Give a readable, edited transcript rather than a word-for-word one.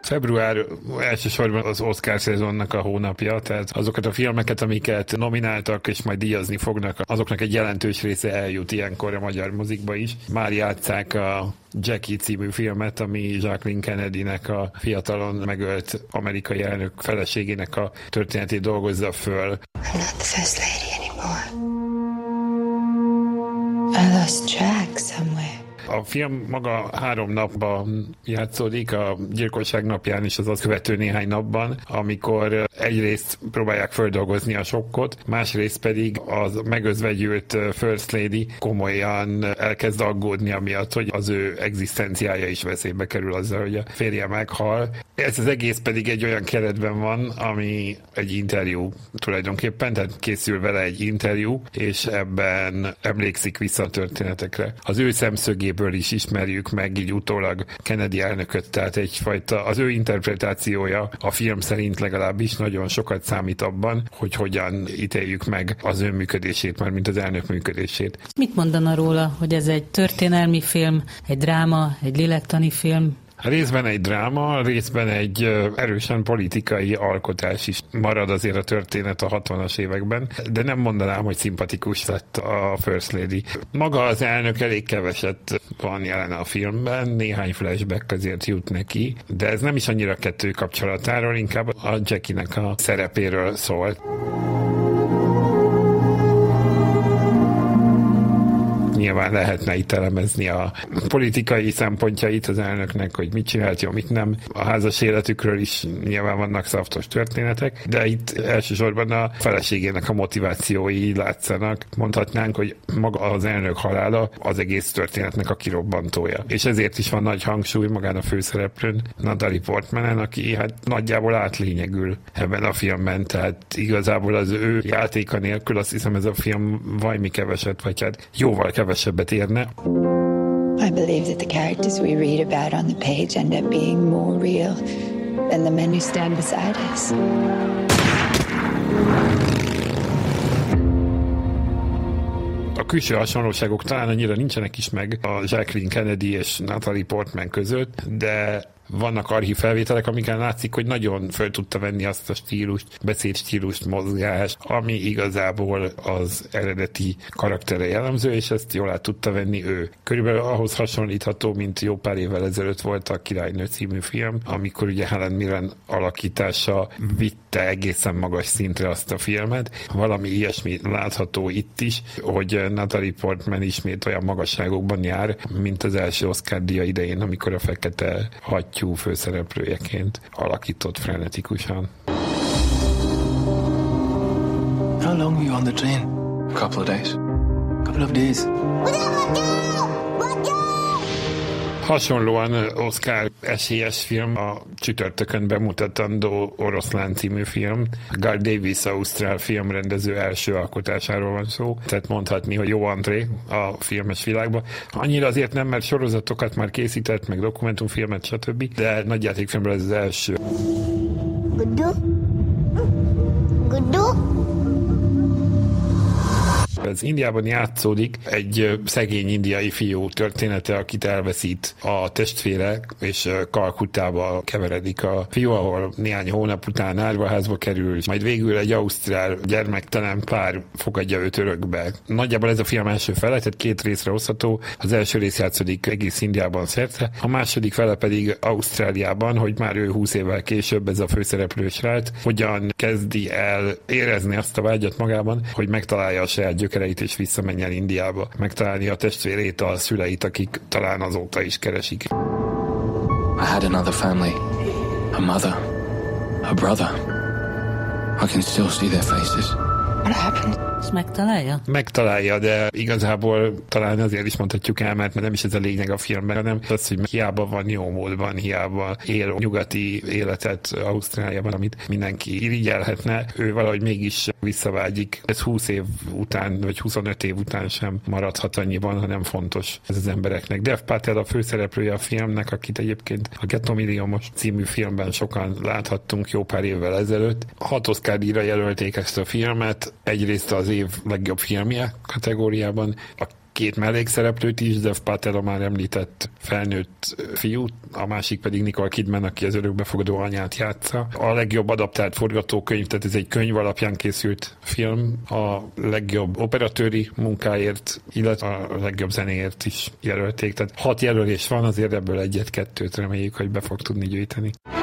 Február elsősorban az Oscar szezonnak a hónapja, tehát azokat a filmeket, amiket nomináltak és majd díjazni fognak, azoknak egy jelentős része eljut ilyenkor a magyar mozikba is. Már játsszák a Jackie című filmet, ami Jacqueline Kennedynek, a fiatalon megölt amerikai elnök feleségének a történetét dolgozza föl. I'm not the first lady anymore. I lost track somewhere. A film maga 3 napban játszódik, a gyilkosság napján és az azt követő néhány napban, amikor egyrészt próbálják földolgozni a sokkot, másrészt pedig az megözvegyült First Lady komolyan elkezd aggódni amiatt, hogy az ő egzisztenciája is veszélybe kerül azzal, hogy a férje meghal. Ez az egész pedig egy olyan keretben van, ami egy interjú tulajdonképpen, tehát készül vele egy interjú, és ebben emlékszik vissza a történetekre. Az ő szemszögéből is ismerjük meg így utólag Kennedy elnököt, tehát egyfajta az ő interpretációja a film szerint legalábbis nagyon sokat számít abban, hogy hogyan ítéljük meg az ő működését, már mint az elnök működését. Mit mondana róla, hogy ez egy történelmi film, egy dráma, egy lélektani film? Részben egy dráma, részben egy erősen politikai alkotás is marad azért a történet a 60-as években, de nem mondanám, hogy szimpatikus lett a First Lady. Maga az elnök elég keveset van jelen a filmben, néhány flashback azért jut neki, de ez nem is annyira a kettő kapcsolatáról, inkább a Jackie-nek a szerepéről szól. Nyilván lehetne itt elemezni a politikai szempontjait az elnöknek, hogy mit csinált, jó, mit nem. A házas életükről is nyilván vannak szaftos történetek, de itt elsősorban a feleségének a motivációi látszanak. Mondhatnánk, hogy maga az elnök halála az egész történetnek a kirobbantója. És ezért is van nagy hangsúly magán a főszereplőn, Natalie Portmanen, aki hát nagyjából átlényegül ebben a filmben, tehát igazából az ő játéka nélkül azt hiszem ez a film vajmi keveset, vagy hát jóval kevesebbet érne. I believe that the characters we read about on the page end up being more real than the men who stand beside us. A külső hasonlóságok talán annyira nincsenek is meg a Jacqueline Kennedy és Natalie Portman között, de vannak archív felvételek, amiken látszik, hogy nagyon föl tudta venni azt a stílust, beszédstílust, mozgást, ami igazából az eredeti karaktere jellemző, és ezt jól át tudta venni ő. Körülbelül ahhoz hasonlítható, mint jó pár évvel ezelőtt volt a Királynő című film, amikor ugye Helen Mirren alakítása vitte egészen magas szintre azt a filmet. Valami ilyesmi látható itt is, hogy Natalie Portman ismét olyan magasságokban jár, mint az első Oscar-díja idején, amikor a Fekete Hattyú főszereplőjeként alakított frenetikusan. How long were you on the train? A couple of days. A couple of days. Hasonlóan Oscar esélyes film a csütörtökön bemutatandó Oroszlán című film. Garth Davis ausztrál filmrendező első alkotásáról van szó, tehát mondhatni, hogy jó antré a filmes világba. Annyira azért nem, mert sorozatokat már készített, meg dokumentumfilmet, stb., de nagyjátékfilmről ez az első. Ez Indiában játszódik, egy szegény indiai fiú története, akit elveszít a testvére, és Kalkuttába keveredik a fiú, ahol néhány hónap után árvaházba kerül, majd végül egy ausztrál gyermektelen pár fogadja őt örökbe. Nagyjából ez a film első fele, tehát 2 részre hozható. Az első rész játszódik egész Indiában szerte, a második fele pedig Ausztráliában, hogy már ő 20 évvel később ez a főszereplő srác hogyan kezdi el érezni azt a vágyat magában, hogy megtalálja a saját gyökereit és visszamenjen Indiába, megtalálni a testvérét, a szüleit, akik talán azóta is keresik. I had another family, a mother, a brother. I can still see their faces. What happened? Ezt megtalálja? Megtalálja, de igazából talán azért is mondhatjuk el, mert nem is ez a lényeg a filmben, hanem az, hogy hiába van jó módban, hiába él nyugati életet Ausztráliában, amit mindenki irigyelhetne, ő valahogy mégis visszavágyik. Ez 20 év után, vagy 25 év után sem maradhat annyiban, hanem fontos ez az embereknek. Dev Patel a főszereplője a filmnek, akit egyébként a Gettomilliómos című filmben sokan láthattunk jó pár évvel ezelőtt. 6 Oscar-díjra jelölték ezt a filmet, egyrészt az év legjobb filmje kategóriában, a két mellékszereplőt is, Dev Patel a már említett felnőtt fiút, a másik pedig Nicole Kidman, aki az örökbefogadó anyát játsza. A legjobb adaptált forgatókönyv, tehát ez egy könyv alapján készült film, a legjobb operatőri munkáért, illetve a legjobb zenéért is jelölték. Tehát 6 jelölés van, azért ebből 1-2 reméljük, hogy be fog tudni gyűjteni.